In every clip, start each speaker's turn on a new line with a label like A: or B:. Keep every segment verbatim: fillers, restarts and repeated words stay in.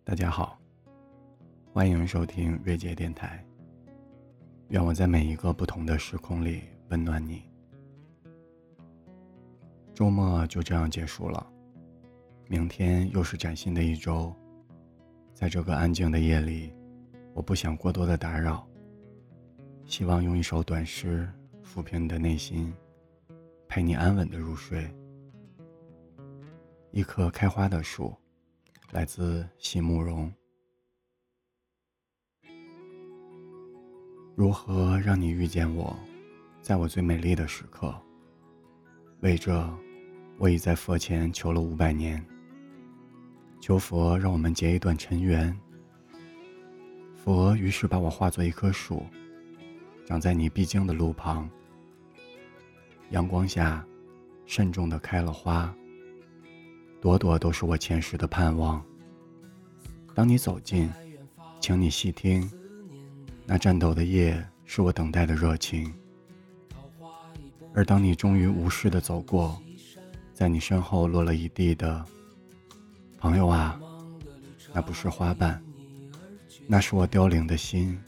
A: 大家好，欢迎收听瑞杰电台。愿我在每一个不同的时空里温暖你。周末就这样结束了，明天又是崭新的一周。在这个安静的夜里，我不想过多的打扰，希望用一首短诗抚平你的内心，陪你安稳的入睡。一棵开花的树，来自席慕容。如何让你遇见我，在我最美丽的时刻？为这，我已在佛前求了五百年，求佛让我们结一段尘缘。佛于是把我化作一棵树，长在你必经的路旁。阳光下，慎重地开了花，朵朵都是我前世的盼望。当你走近，请你细听，那颤抖的夜是我等待的热情。而当你终于无视地走过，在你身后落了一地的朋友啊，那不是花瓣，那是我凋零的心。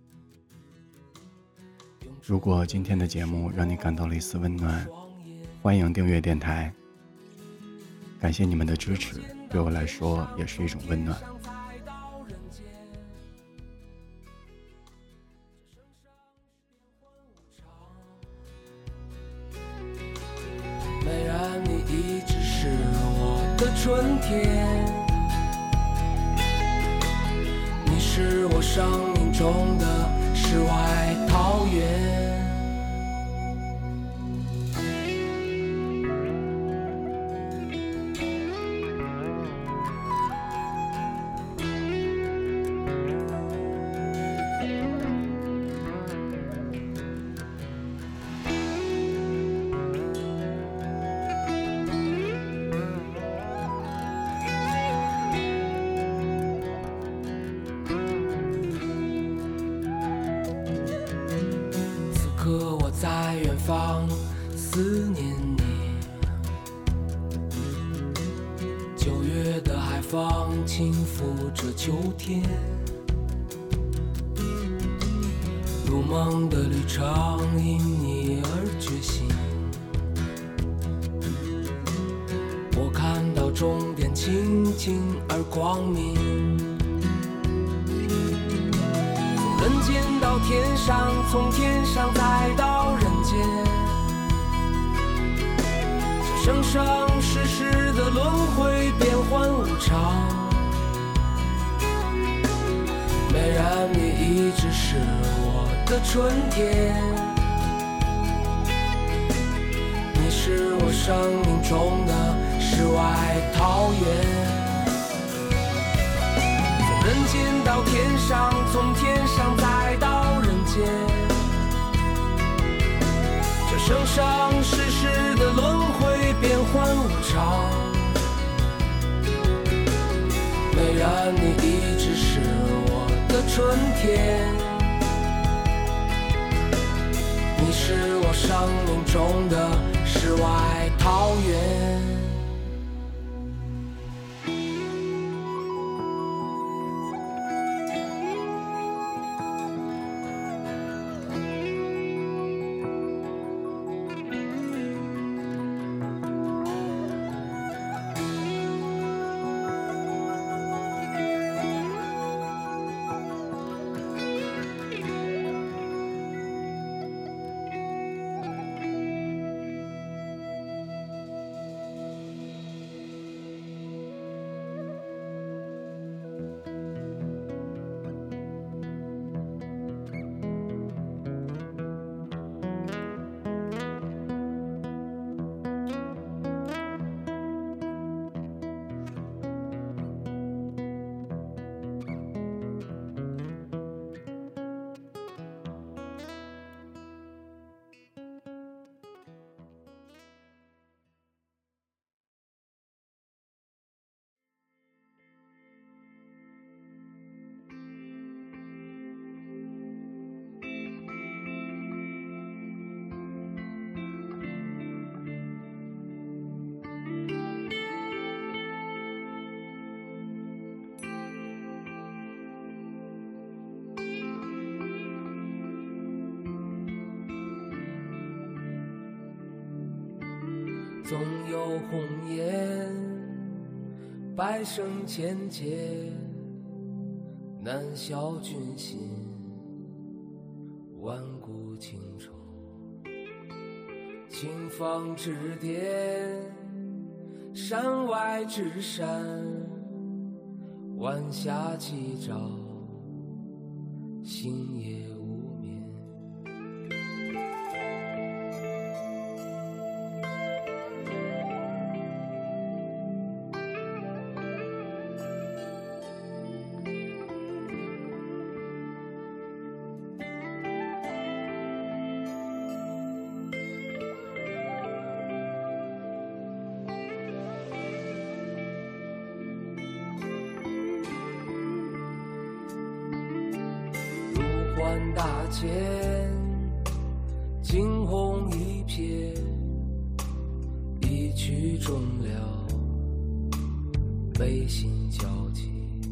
A: 如果今天的节目让你感到了一丝温暖，欢迎订阅电台。感谢你们的支持，对我来说也是一种温暖。
B: 美然你一直是我的春天，你是我生命中的世外桃源。可我在远方思念你，九月的海风轻抚着秋天，如梦的旅程因你而觉醒。我看到终点清净而光明，人间到天上，从天上再到人间，这生生世世的轮回变幻无常。美然你一直是我的春天，你是我生命中的世外桃源。人间到天上，从天上再到人间，这生生世世的轮回变幻无常。美然你一直是我的春天，你是我生命中的世外桃源。 总有红颜，百生千劫，难消君心，万古情仇。清风之巅，山外之山，晚霞起照，星夜无眠。换大千，惊鸿一瞥，一曲终了，悲心交集。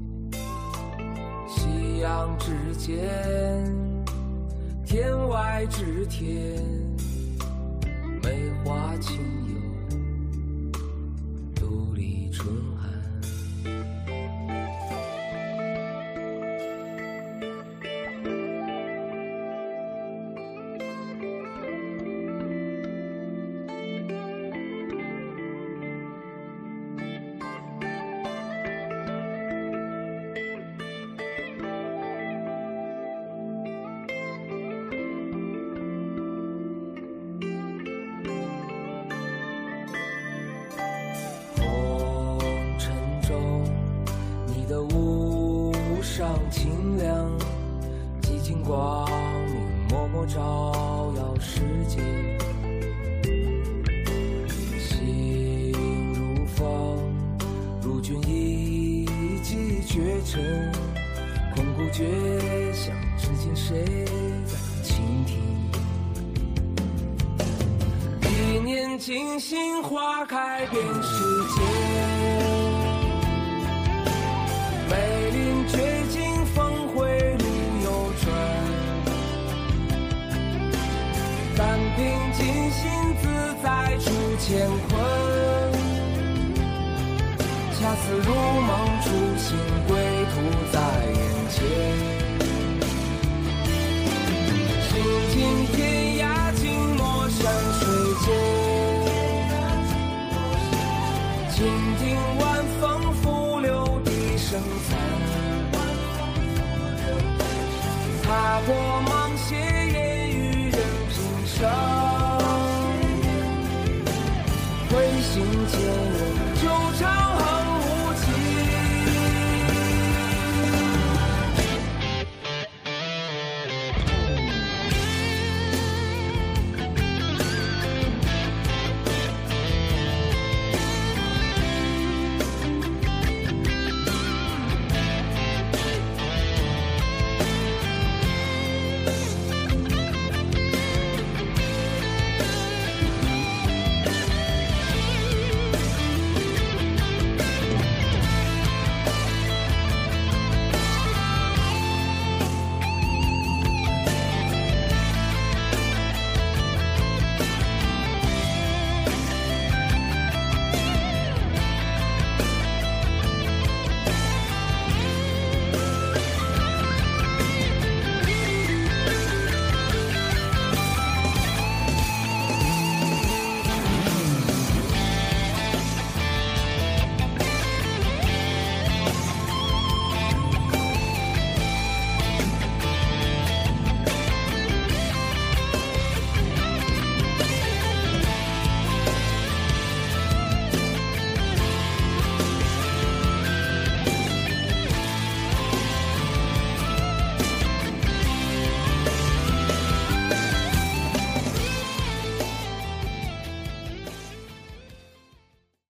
B: 夕阳之间，天外之天，梅花清幽，独立春寒。上清凉，寂静光明默默照耀世界。心如风，如君一骑绝尘，空谷绝响，至今谁在倾听？一念惊心，花开遍世界。梅林绝境，峰回路又转，但凭尽心自在处乾坤。恰似如梦初醒，归途在眼前。行尽天涯，尽没山水间，倾听晚风拂柳笛声残。踏过马